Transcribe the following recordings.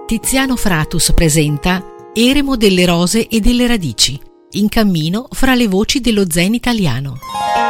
Tiziano Fratus presenta Eremo delle rose e delle radici, in cammino fra le voci dello zen italiano.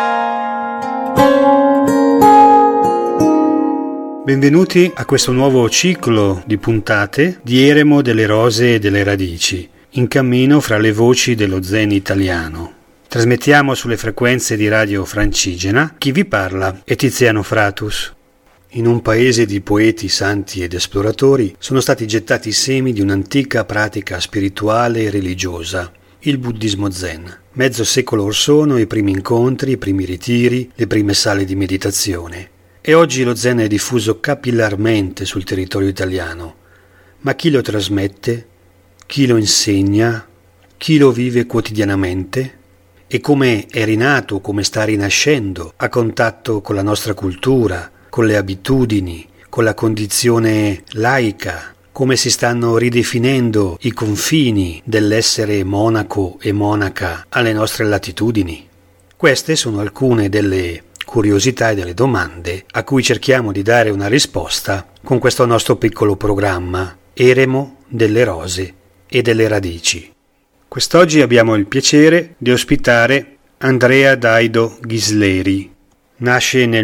Benvenuti a questo nuovo ciclo di puntate di Eremo delle rose e delle radici, in cammino fra le voci dello zen italiano. Trasmettiamo sulle frequenze di Radio Francigena. Chi vi parla è Tiziano Fratus. In un paese di poeti, santi ed esploratori sono stati gettati i semi di un'antica pratica spirituale e religiosa, il buddismo zen. Mezzo secolo or sono i primi incontri, i primi ritiri, le prime sale di meditazione. E oggi lo zen è diffuso capillarmente sul territorio italiano. Ma chi lo trasmette? Chi lo insegna? Chi lo vive quotidianamente? E come è rinato, come sta rinascendo a contatto con la nostra cultura, con le abitudini, con la condizione laica, come si stanno ridefinendo i confini dell'essere monaco e monaca alle nostre latitudini. Queste sono alcune delle curiosità e delle domande a cui cerchiamo di dare una risposta con questo nostro piccolo programma Eremo delle rose e delle radici. Quest'oggi abbiamo il piacere di ospitare Andrea Daido Ghisleri. Nasce nel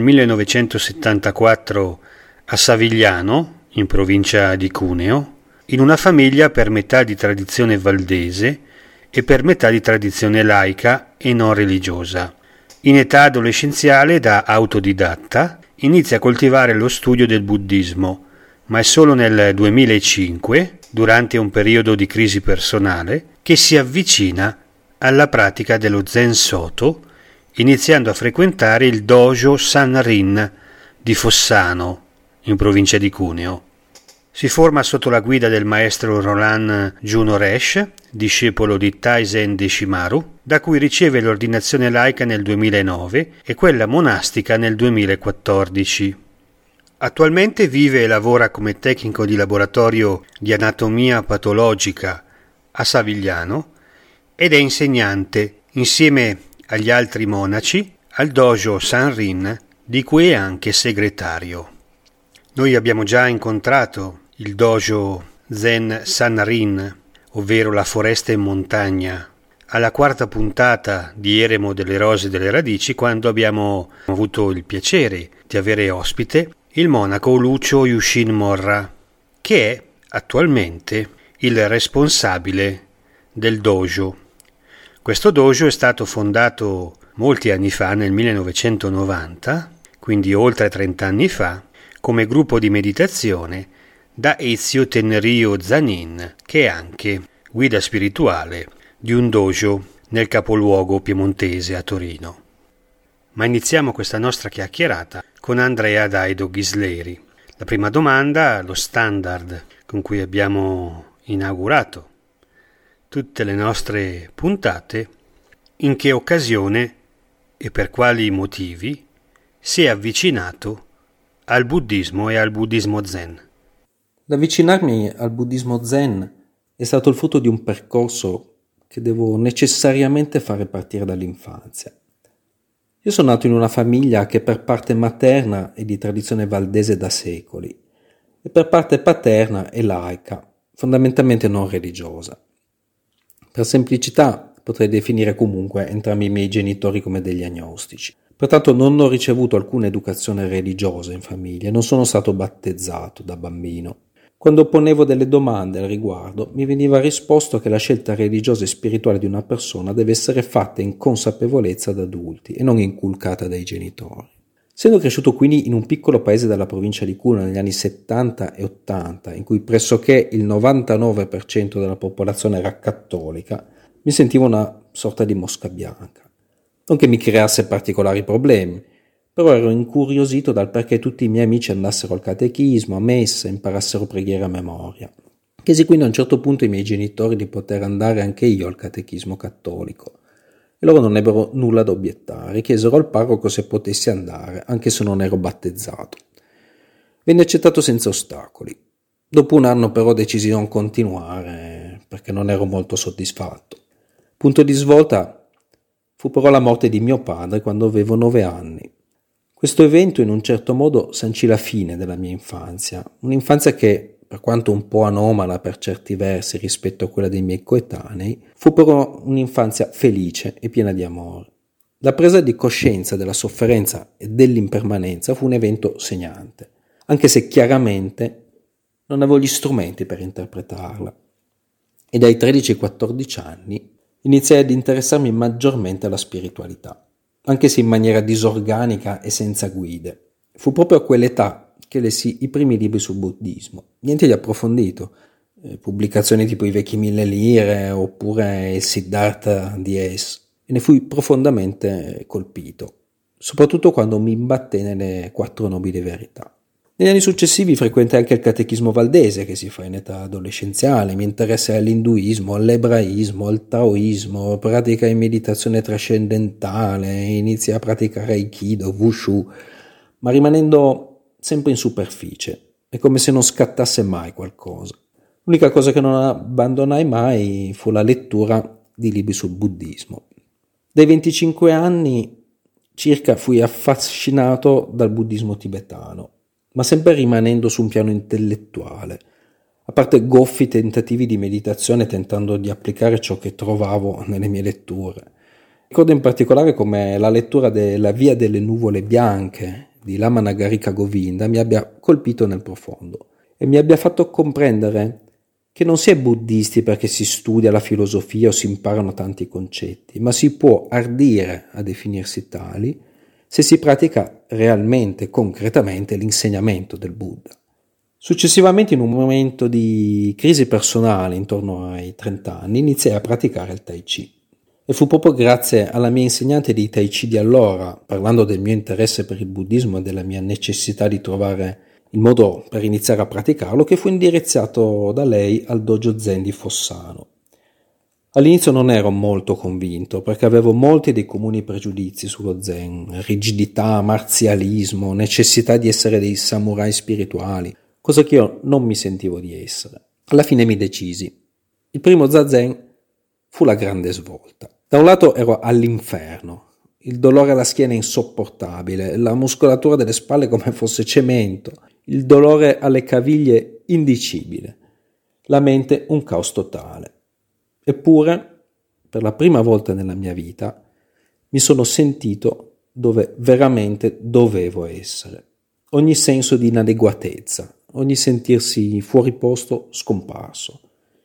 1974 a Savigliano, in provincia di Cuneo, in una famiglia per metà di tradizione valdese e per metà di tradizione laica e non religiosa. In età adolescenziale, da autodidatta, inizia a coltivare lo studio del buddismo, ma è solo nel 2005, durante un periodo di crisi personale, che si avvicina alla pratica dello Zen Soto, iniziando a frequentare il dojo Sanrin di Fossano, in provincia di Cuneo. Si forma sotto la guida del maestro Roland Juno-Resh, discepolo di Taizen Deshimaru, da cui riceve l'ordinazione laica nel 2009 e quella monastica nel 2014. Attualmente vive e lavora come tecnico di laboratorio di anatomia patologica a Savigliano ed è insegnante, insieme agli altri monaci, al dojo Sanrin, di cui è anche segretario. Noi abbiamo già incontrato il dojo Zen Sanrin, ovvero la foresta in montagna, alla quarta puntata di Eremo delle rose e delle radici, quando abbiamo avuto il piacere di avere ospite il monaco Lucio Yushin Morra, che è attualmente il responsabile del dojo. Questo dojo è stato fondato molti anni fa, nel 1990, quindi oltre 30 anni fa, come gruppo di meditazione da Ezio Tenryo Zanin, che è anche guida spirituale di un dojo nel capoluogo piemontese a Torino. Ma iniziamo questa nostra chiacchierata con Andrea Daido Ghisleri. La prima domanda, lo standard con cui abbiamo inaugurato tutte le nostre puntate: in che occasione e per quali motivi si è avvicinato al buddismo e al buddismo zen? L'avvicinarmi al buddismo zen è stato il frutto di un percorso che devo necessariamente fare partire dall'infanzia. Io sono nato in una famiglia che per parte materna è di tradizione valdese da secoli e per parte paterna è laica, fondamentalmente non religiosa. Per semplicità potrei definire comunque entrambi i miei genitori come degli agnostici. Pertanto non ho ricevuto alcuna educazione religiosa in famiglia, non sono stato battezzato da bambino. Quando ponevo delle domande al riguardo, mi veniva risposto che la scelta religiosa e spirituale di una persona deve essere fatta in consapevolezza da adulti e non inculcata dai genitori. Essendo cresciuto quindi in un piccolo paese della provincia di Cuneo negli anni 70 e 80, in cui pressoché il 99% della popolazione era cattolica, mi sentivo una sorta di mosca bianca. Non che mi creasse particolari problemi, però ero incuriosito dal perché tutti i miei amici andassero al catechismo, a messa, imparassero preghiere a memoria. Chiesi quindi a un certo punto ai miei genitori di poter andare anche io al catechismo cattolico. E loro non ebbero nulla da obiettare, chiesero al parroco se potessi andare, anche se non ero battezzato. Venne accettato senza ostacoli. Dopo un anno però decisi di non continuare, perché non ero molto soddisfatto. Punto di svolta fu però la morte di mio padre quando avevo 9 anni. Questo evento in un certo modo sancì la fine della mia infanzia, un'infanzia che per quanto un po' anomala per certi versi rispetto a quella dei miei coetanei, fu però un'infanzia felice e piena di amore. La presa di coscienza della sofferenza e dell'impermanenza fu un evento segnante, anche se chiaramente non avevo gli strumenti per interpretarla. E dai 13-14 anni iniziai ad interessarmi maggiormente alla spiritualità, anche se in maniera disorganica e senza guide. Fu proprio a quell'età che lessi i primi libri sul buddismo, niente di approfondito, pubblicazioni tipo I vecchi 1000 lire oppure il Siddhartha di Hesse, e ne fui profondamente colpito, soprattutto quando mi imbatté nelle 4 nobili verità. Negli anni successivi frequentai anche il catechismo valdese che si fa in età adolescenziale, mi interessai all'induismo, all'ebraismo, al taoismo, pratica in meditazione trascendentale, iniziai a praticare aikido, wushu, ma rimanendo sempre in superficie, è come se non scattasse mai qualcosa. L'unica cosa che non abbandonai mai fu la lettura di libri sul buddismo. Dai 25 anni circa fui affascinato dal buddismo tibetano, ma sempre rimanendo su un piano intellettuale, a parte goffi tentativi di meditazione tentando di applicare ciò che trovavo nelle mie letture. Ricordo in particolare come la lettura della Via delle nuvole bianche di Lama Nagarika Govinda mi abbia colpito nel profondo e mi abbia fatto comprendere che non si è buddisti perché si studia la filosofia o si imparano tanti concetti, ma si può ardire a definirsi tali se si pratica realmente, concretamente, l'insegnamento del Buddha. Successivamente, in un momento di crisi personale, intorno ai 30 anni, iniziai a praticare il Tai Chi. E fu proprio grazie alla mia insegnante di Tai Chi di allora, parlando del mio interesse per il buddismo e della mia necessità di trovare il modo per iniziare a praticarlo, che fu indirizzato da lei al dojo Zen di Fossano. All'inizio non ero molto convinto perché avevo molti dei comuni pregiudizi sullo Zen, rigidità, marzialismo, necessità di essere dei samurai spirituali, cosa che io non mi sentivo di essere. Alla fine mi decisi. Il primo zazen fu la grande svolta. Da un lato ero all'inferno, il dolore alla schiena insopportabile, la muscolatura delle spalle come fosse cemento, il dolore alle caviglie indicibile, la mente un caos totale. Eppure, per la prima volta nella mia vita, mi sono sentito dove veramente dovevo essere. Ogni senso di inadeguatezza, ogni sentirsi fuori posto scomparso.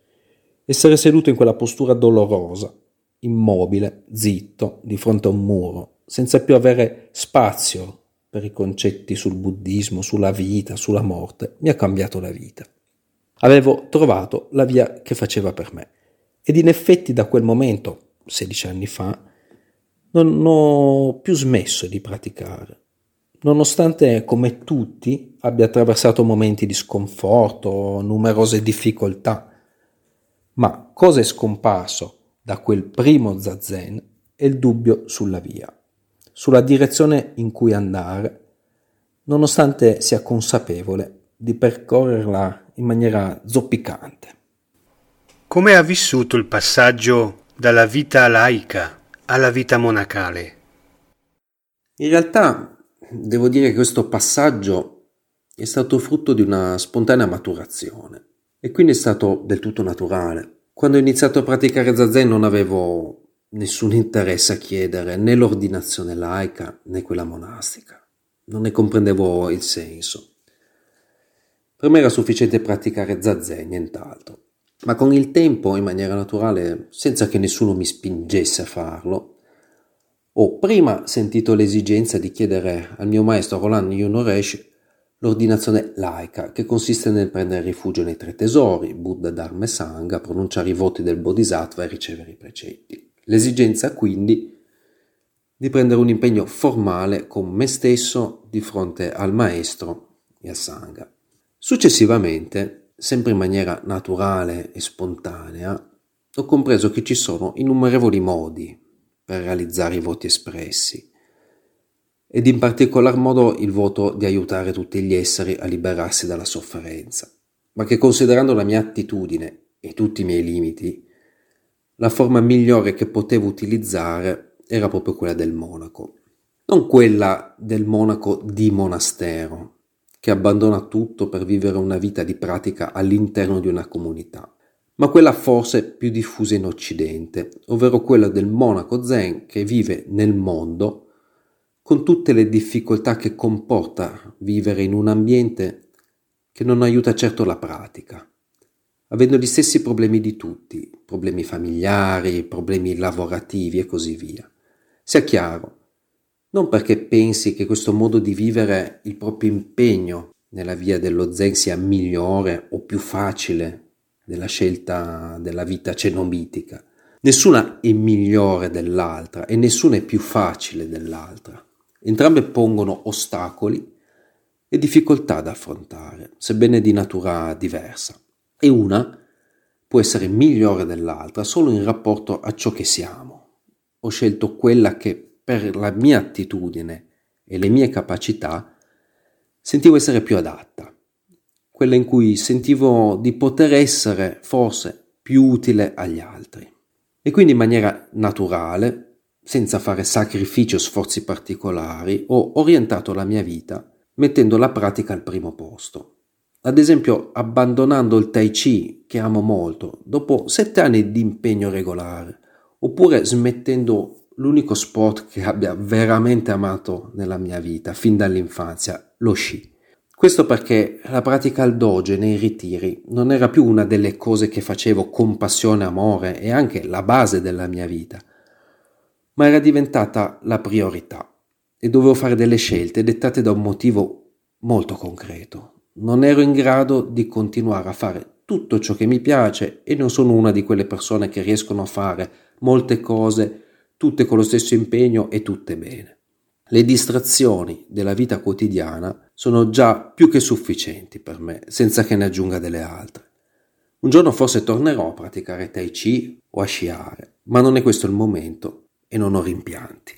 Essere seduto in quella postura dolorosa, immobile, zitto, di fronte a un muro, senza più avere spazio per i concetti sul buddismo, sulla vita, sulla morte, mi ha cambiato la vita. Avevo trovato la via che faceva per me. Ed in effetti da quel momento, 16 anni fa, non ho più smesso di praticare, nonostante come tutti abbia attraversato momenti di sconforto, numerose difficoltà. Ma cosa è scomparso da quel primo zazen è il dubbio sulla via, sulla direzione in cui andare, nonostante sia consapevole di percorrerla in maniera zoppicante. Come ha vissuto il passaggio dalla vita laica alla vita monacale? In realtà devo dire che questo passaggio è stato frutto di una spontanea maturazione e quindi è stato del tutto naturale. Quando ho iniziato a praticare zazen non avevo nessun interesse a chiedere né l'ordinazione laica né quella monastica. Non ne comprendevo il senso. Per me era sufficiente praticare zazen, nient'altro. Ma con il tempo, in maniera naturale, senza che nessuno mi spingesse a farlo, ho prima sentito l'esigenza di chiedere al mio maestro Roland Yunoresh l'ordinazione laica, che consiste nel prendere rifugio nei 3 tesori, Buddha, Dharma e Sangha, pronunciare i voti del Bodhisattva e ricevere i precetti. L'esigenza quindi di prendere un impegno formale con me stesso di fronte al maestro e al Sangha. Successivamente, sempre in maniera naturale e spontanea, ho compreso che ci sono innumerevoli modi per realizzare i voti espressi, ed in particolar modo il voto di aiutare tutti gli esseri a liberarsi dalla sofferenza, ma che considerando la mia attitudine e tutti i miei limiti, la forma migliore che potevo utilizzare era proprio quella del monaco. Non quella del monaco di monastero, che abbandona tutto per vivere una vita di pratica all'interno di una comunità, ma quella forse più diffusa in Occidente, ovvero quella del monaco zen che vive nel mondo con tutte le difficoltà che comporta vivere in un ambiente che non aiuta certo la pratica, avendo gli stessi problemi di tutti, problemi familiari, problemi lavorativi e così via. Sia chiaro, non perché pensi che questo modo di vivere il proprio impegno nella via dello zen sia migliore o più facile della scelta della vita cenobitica. Nessuna è migliore dell'altra e nessuna è più facile dell'altra. Entrambe pongono ostacoli e difficoltà da affrontare, sebbene di natura diversa. E una può essere migliore dell'altra solo in rapporto a ciò che siamo. Ho scelto quella che per la mia attitudine e le mie capacità sentivo essere più adatta, quella in cui sentivo di poter essere forse più utile agli altri. E quindi in maniera naturale, senza fare sacrifici o sforzi particolari, ho orientato la mia vita mettendo la pratica al primo posto. Ad esempio, abbandonando il Tai Chi, che amo molto, dopo 7 anni di impegno regolare, oppure smettendo l'unico sport che abbia veramente amato nella mia vita, fin dall'infanzia, lo sci. Questo perché la pratica al dojo nei ritiri non era più una delle cose che facevo con passione e amore e anche la base della mia vita, ma era diventata la priorità e dovevo fare delle scelte dettate da un motivo molto concreto. Non ero in grado di continuare a fare tutto ciò che mi piace e non sono una di quelle persone che riescono a fare molte cose, tutte con lo stesso impegno e tutte bene. Le distrazioni della vita quotidiana sono già più che sufficienti per me, senza che ne aggiunga delle altre. Un giorno forse tornerò a praticare Tai Chi o a sciare, ma non è questo il momento e non ho rimpianti.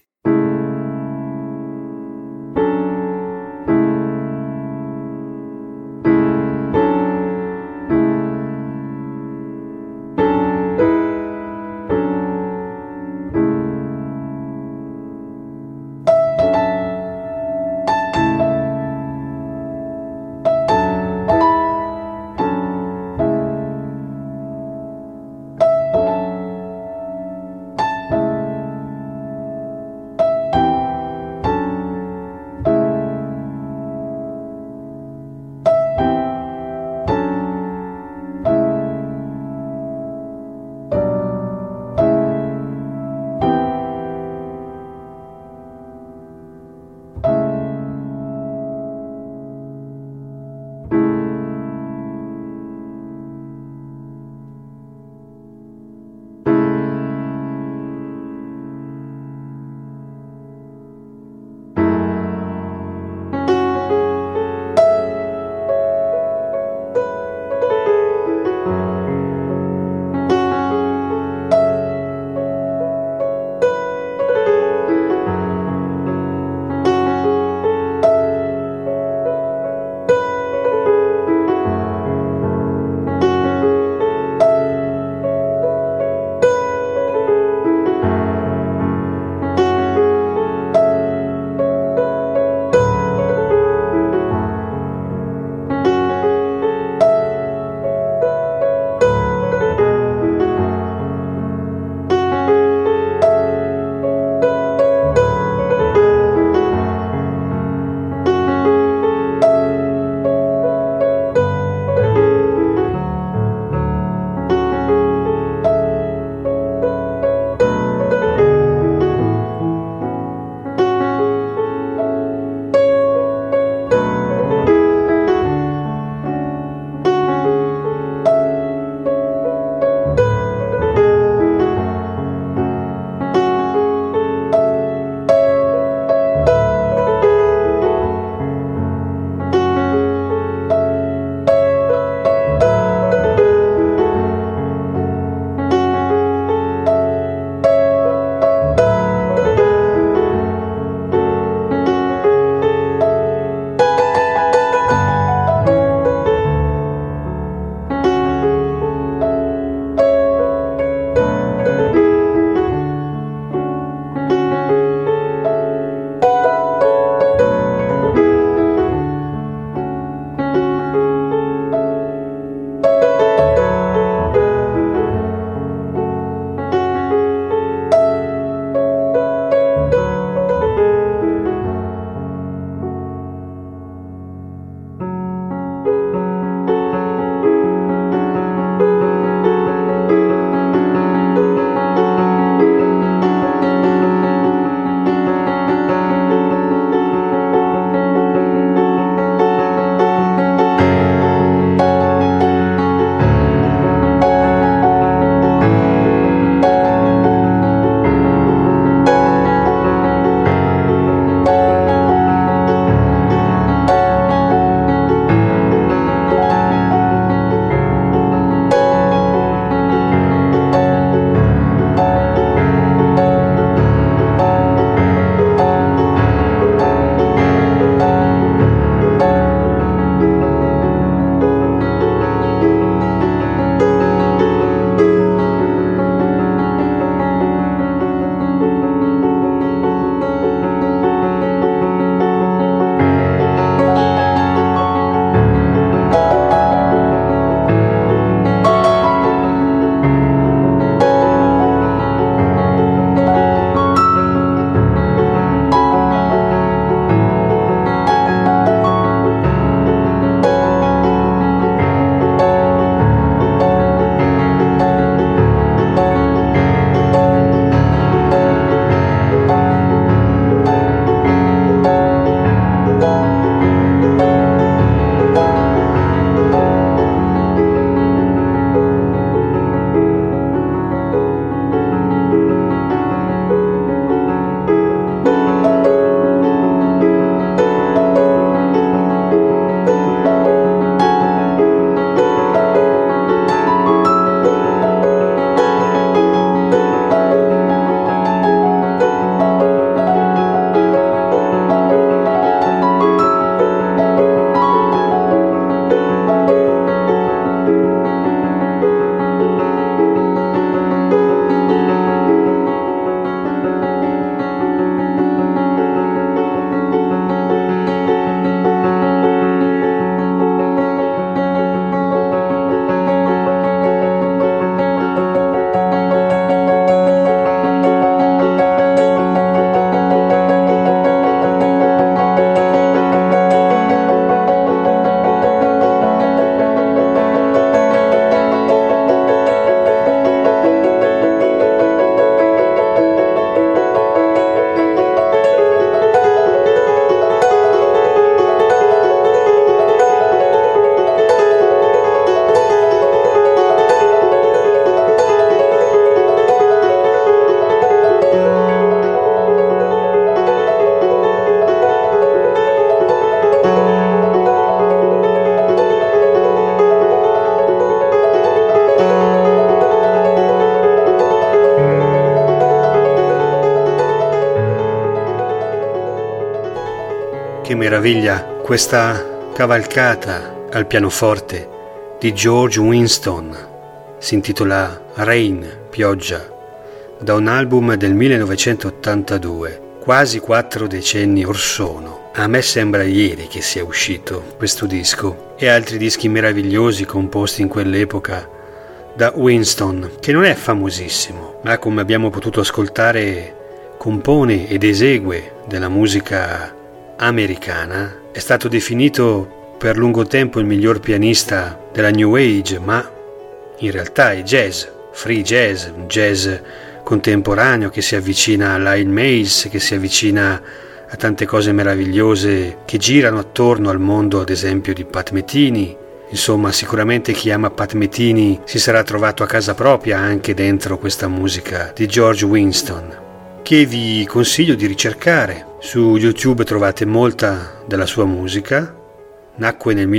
Che meraviglia questa cavalcata al pianoforte di George Winston. Si intitola Rain, pioggia, da un album del 1982, quasi 4 decenni or sono. A me sembra ieri che sia uscito questo disco, e altri dischi meravigliosi composti in quell'epoca da Winston, che non è famosissimo, ma come abbiamo potuto ascoltare compone ed esegue della musica americana. È stato definito per lungo tempo il miglior pianista della New Age, ma in realtà è jazz, free jazz, un jazz contemporaneo che si avvicina all'Iron Maiden, che si avvicina a tante cose meravigliose che girano attorno al mondo, ad esempio di Pat Metheny. Insomma, sicuramente chi ama Pat Metheny si sarà trovato a casa propria anche dentro questa musica di George Winston, che vi consiglio di ricercare. Su YouTube trovate molta della sua musica. Nacque nel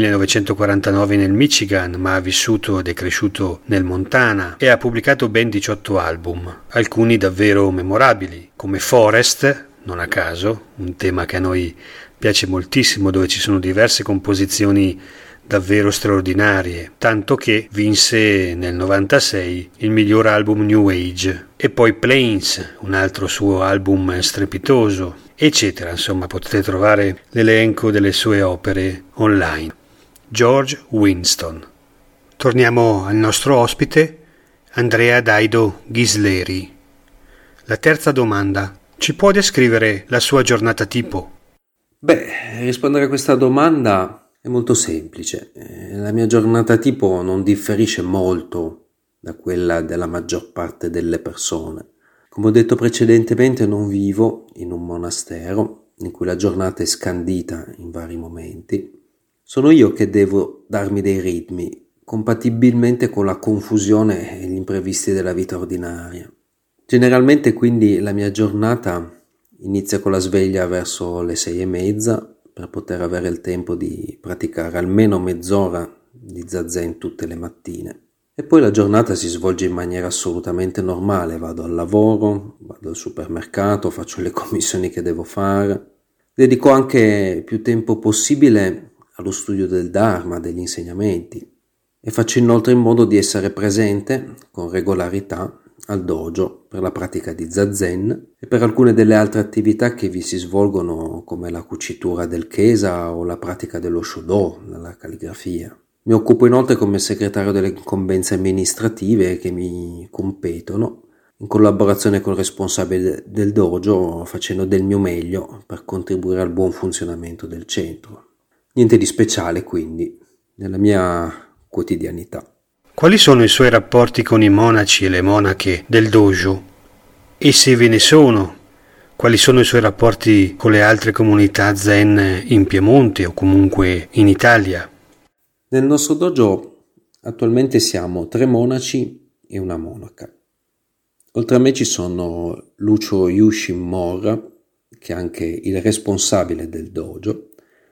1949 nel Michigan, ma ha vissuto ed è cresciuto nel Montana e ha pubblicato ben 18 album, alcuni davvero memorabili, come Forest, non a caso, un tema che a noi piace moltissimo, dove ci sono diverse composizioni davvero straordinarie, tanto che vinse nel 96 il miglior album New Age, e poi Plains, un altro suo album strepitoso, eccetera. Insomma, potete trovare l'elenco delle sue opere online. George Winston. Torniamo al nostro ospite, Andrea Daido Ghisleri. La terza domanda: ci può descrivere la sua giornata tipo? Rispondere a questa domanda è molto semplice. La mia giornata tipo non differisce molto da quella della maggior parte delle persone. Come ho detto precedentemente, non vivo in un monastero in cui la giornata è scandita in vari momenti. Sono io che devo darmi dei ritmi, compatibilmente con la confusione e gli imprevisti della vita ordinaria. Generalmente quindi la mia giornata inizia con la sveglia verso le 6:30, per poter avere il tempo di praticare almeno mezz'ora di zazen tutte le mattine. E poi la giornata si svolge in maniera assolutamente normale. Vado al lavoro, vado al supermercato, faccio le commissioni che devo fare. Dedico anche più tempo possibile allo studio del Dharma, degli insegnamenti, e faccio inoltre in modo di essere presente con regolarità al dojo per la pratica di zazen e per alcune delle altre attività che vi si svolgono, come la cucitura del kesa o la pratica dello shodo, la calligrafia. Mi occupo inoltre come segretario delle incombenze amministrative che mi competono, in collaborazione col responsabile del dojo, facendo del mio meglio per contribuire al buon funzionamento del centro. Niente di speciale quindi nella mia quotidianità. Quali sono i suoi rapporti con i monaci e le monache del dojo? E se ve ne sono, quali sono i suoi rapporti con le altre comunità zen in Piemonte o comunque in Italia? Nel nostro dojo attualmente siamo 3 monaci e una monaca. Oltre a me ci sono Lucio Yushin Mora, che è anche il responsabile del dojo,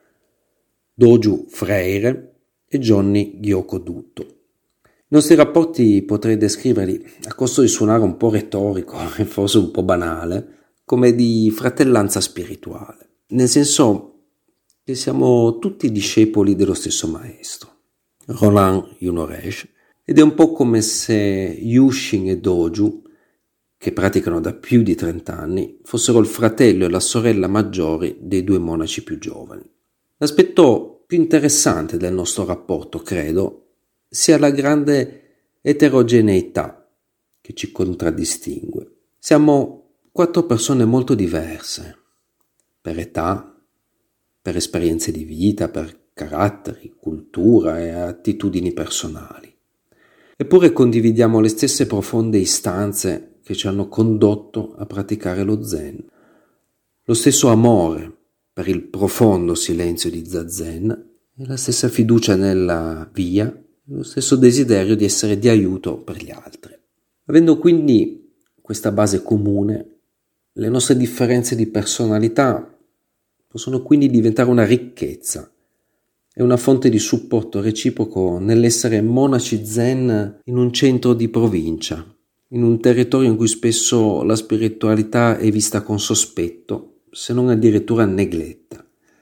Doju Freire e Johnny Gyoko Dutto. I nostri rapporti potrei descriverli, a costo di suonare un po' retorico e forse un po' banale, come di fratellanza spirituale, nel senso che siamo tutti discepoli dello stesso maestro, Roland Yunoresh, ed è un po' come se Yushin e Doju, che praticano da più di 30 anni, fossero il fratello e la sorella maggiori dei 2 monaci più giovani. L'aspetto più interessante del nostro rapporto, credo, sia la grande eterogeneità che ci contraddistingue. Siamo 4 persone molto diverse, per età, per esperienze di vita, per caratteri, cultura e attitudini personali. Eppure condividiamo le stesse profonde istanze che ci hanno condotto a praticare lo Zen, lo stesso amore per il profondo silenzio di Zazen e la stessa fiducia nella via, lo stesso desiderio di essere di aiuto per gli altri. Avendo quindi questa base comune, le nostre differenze di personalità possono quindi diventare una ricchezza e una fonte di supporto reciproco nell'essere monaci zen in un centro di provincia, in un territorio in cui spesso la spiritualità è vista con sospetto, se non addirittura negletta.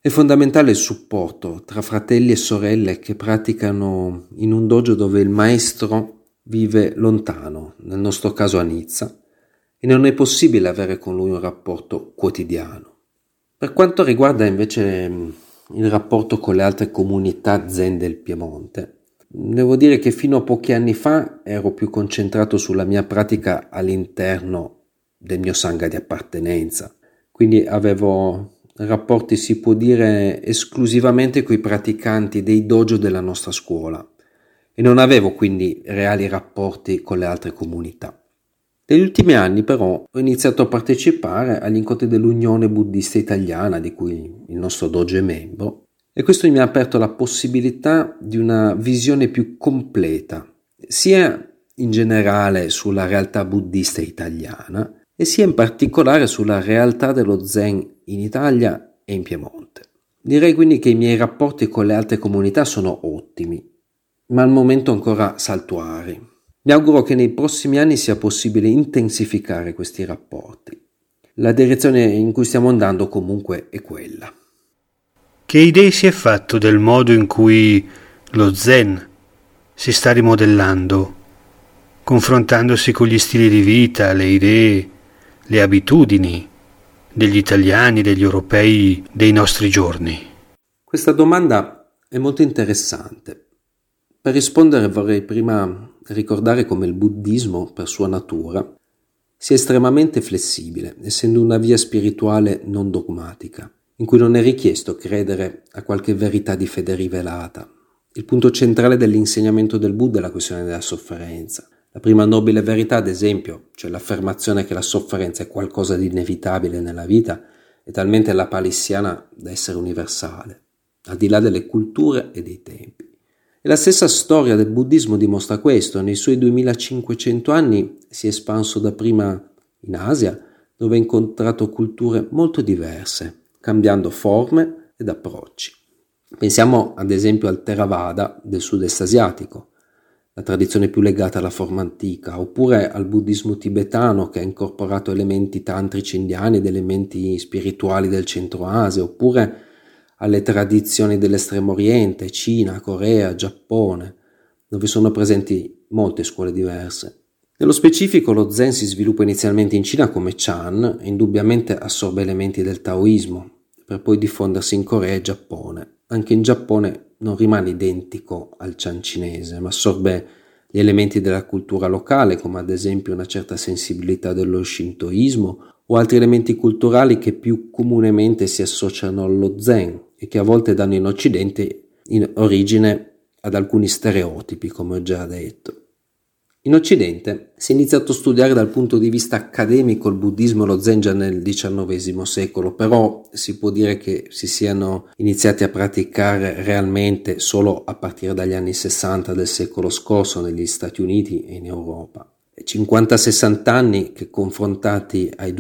È fondamentale il supporto tra fratelli e sorelle che praticano in un dojo dove il maestro vive lontano, nel nostro caso a Nizza, e non è possibile avere con lui un rapporto quotidiano. Per quanto riguarda invece il rapporto con le altre comunità zen del Piemonte, devo dire che fino a pochi anni fa ero più concentrato sulla mia pratica all'interno del mio sangha di appartenenza, quindi avevo rapporti, si può dire, esclusivamente con i praticanti dei dojo della nostra scuola e non avevo quindi reali rapporti con le altre comunità. Negli ultimi anni però ho iniziato a partecipare agli incontri dell'Unione Buddista Italiana di cui il nostro dojo è membro e questo mi ha aperto la possibilità di una visione più completa sia in generale sulla realtà buddista italiana e sia in particolare sulla realtà dello Zen in Italia e in Piemonte. Direi quindi che i miei rapporti con le altre comunità sono ottimi, ma al momento ancora saltuari. Mi auguro che nei prossimi anni sia possibile intensificare questi rapporti. La direzione in cui stiamo andando comunque è quella. Che idee si è fatto del modo in cui lo Zen si sta rimodellando, confrontandosi con gli stili di vita, le idee, le abitudini degli italiani, degli europei dei nostri giorni? Questa domanda è molto interessante. Per rispondere vorrei prima ricordare come il buddismo, per sua natura, sia estremamente flessibile, essendo una via spirituale non dogmatica, in cui non è richiesto credere a qualche verità di fede rivelata. Il punto centrale dell'insegnamento del Buddha è la questione della sofferenza. La prima nobile verità, ad esempio, cioè l'affermazione che la sofferenza è qualcosa di inevitabile nella vita, è talmente lapalissiana da essere universale, al di là delle culture e dei tempi. E la stessa storia del buddismo dimostra questo. Nei suoi 2500 anni si è espanso dapprima in Asia, dove ha incontrato culture molto diverse, cambiando forme ed approcci. Pensiamo ad esempio al Theravada del sud-est asiatico, la tradizione più legata alla forma antica, oppure al buddismo tibetano che ha incorporato elementi tantrici indiani ed elementi spirituali del centro Asia, oppure alle tradizioni dell'estremo oriente, Cina, Corea, Giappone, dove sono presenti molte scuole diverse. Nello specifico lo Zen si sviluppa inizialmente in Cina come Chan e indubbiamente assorbe elementi del Taoismo, per poi diffondersi in Corea e Giappone. Anche in Giappone non rimane identico al Chan cinese, ma assorbe gli elementi della cultura locale, come ad esempio una certa sensibilità dello shintoismo o altri elementi culturali che più comunemente si associano allo Zen e che a volte danno in Occidente in origine ad alcuni stereotipi, come ho già detto. In Occidente si è iniziato a studiare dal punto di vista accademico il buddismo e lo Zen già nel XIX secolo, però si può dire che si siano iniziati a praticare realmente solo a partire dagli anni 60 del secolo scorso negli Stati Uniti e in Europa. 50-60 anni che confrontati ai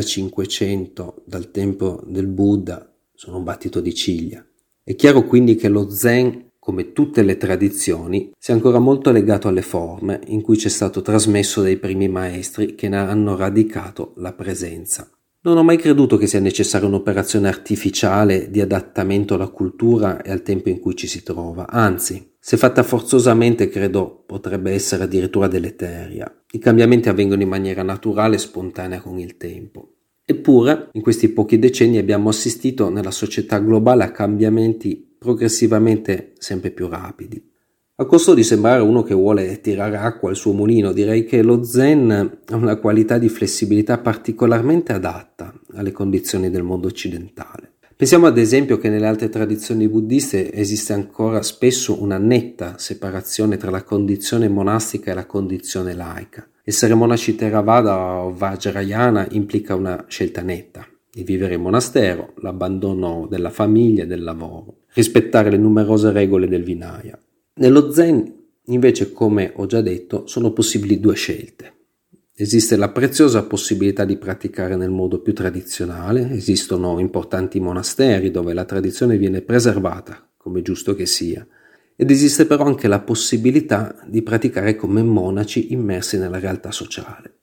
2500 dal tempo del Buddha sono un battito di ciglia. È chiaro quindi che lo Zen, come tutte le tradizioni, sia ancora molto legato alle forme in cui c'è stato trasmesso dai primi maestri che ne hanno radicato la presenza. Non ho mai creduto che sia necessaria un'operazione artificiale di adattamento alla cultura e al tempo in cui ci si trova, anzi, se fatta forzosamente credo potrebbe essere addirittura deleteria. I cambiamenti avvengono in maniera naturale e spontanea con il tempo. Eppure, in questi pochi decenni abbiamo assistito nella società globale a cambiamenti progressivamente sempre più rapidi. A costo di sembrare uno che vuole tirare acqua al suo mulino, direi che lo Zen ha una qualità di flessibilità particolarmente adatta alle condizioni del mondo occidentale. Pensiamo ad esempio che nelle altre tradizioni buddiste esiste ancora spesso una netta separazione tra la condizione monastica e la condizione laica. Essere monaci Theravada o Vajrayana implica una scelta netta, di vivere in monastero, l'abbandono della famiglia e del lavoro, rispettare le numerose regole del Vinaya. Nello Zen, invece, come ho già detto, sono possibili due scelte. Esiste la preziosa possibilità di praticare nel modo più tradizionale, esistono importanti monasteri dove la tradizione viene preservata, come giusto che sia, ed esiste però anche la possibilità di praticare come monaci immersi nella realtà sociale.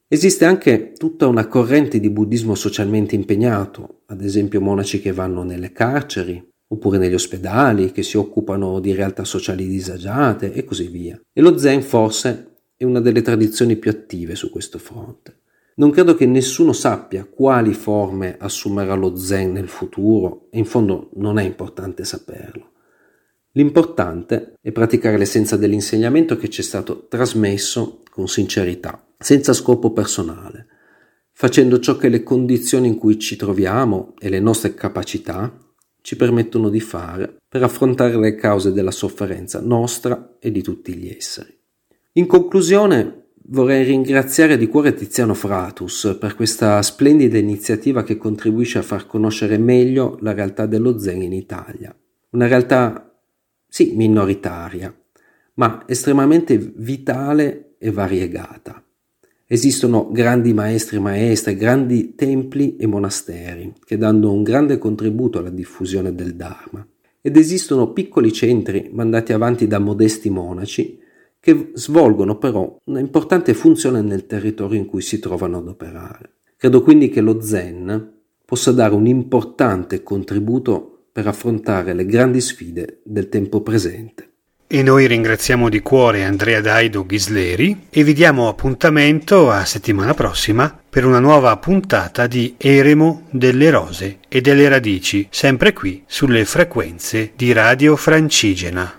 Esiste anche tutta una corrente di buddismo socialmente impegnato, ad esempio monaci che vanno nelle carceri, oppure negli ospedali, che si occupano di realtà sociali disagiate e così via. E lo Zen forse è una delle tradizioni più attive su questo fronte. Non credo che nessuno sappia quali forme assumerà lo Zen nel futuro e in fondo non è importante saperlo. L'importante è praticare l'essenza dell'insegnamento che ci è stato trasmesso con sincerità, senza scopo personale, facendo ciò che le condizioni in cui ci troviamo e le nostre capacità ci permettono di fare per affrontare le cause della sofferenza nostra e di tutti gli esseri. In conclusione, vorrei ringraziare di cuore Tiziano Fratus per questa splendida iniziativa che contribuisce a far conoscere meglio la realtà dello Zen in Italia. Una realtà, sì, minoritaria, ma estremamente vitale e variegata. Esistono grandi maestri e maestre, grandi templi e monasteri che danno un grande contributo alla diffusione del Dharma. Ed esistono piccoli centri mandati avanti da modesti monaci che svolgono però una importante funzione nel territorio in cui si trovano ad operare. Credo quindi che lo Zen possa dare un importante contributo per affrontare le grandi sfide del tempo presente. E noi ringraziamo di cuore Andrea Daido Ghisleri e vi diamo appuntamento a settimana prossima per una nuova puntata di Eremo delle Rose e delle Radici, sempre qui sulle frequenze di Radio Francigena.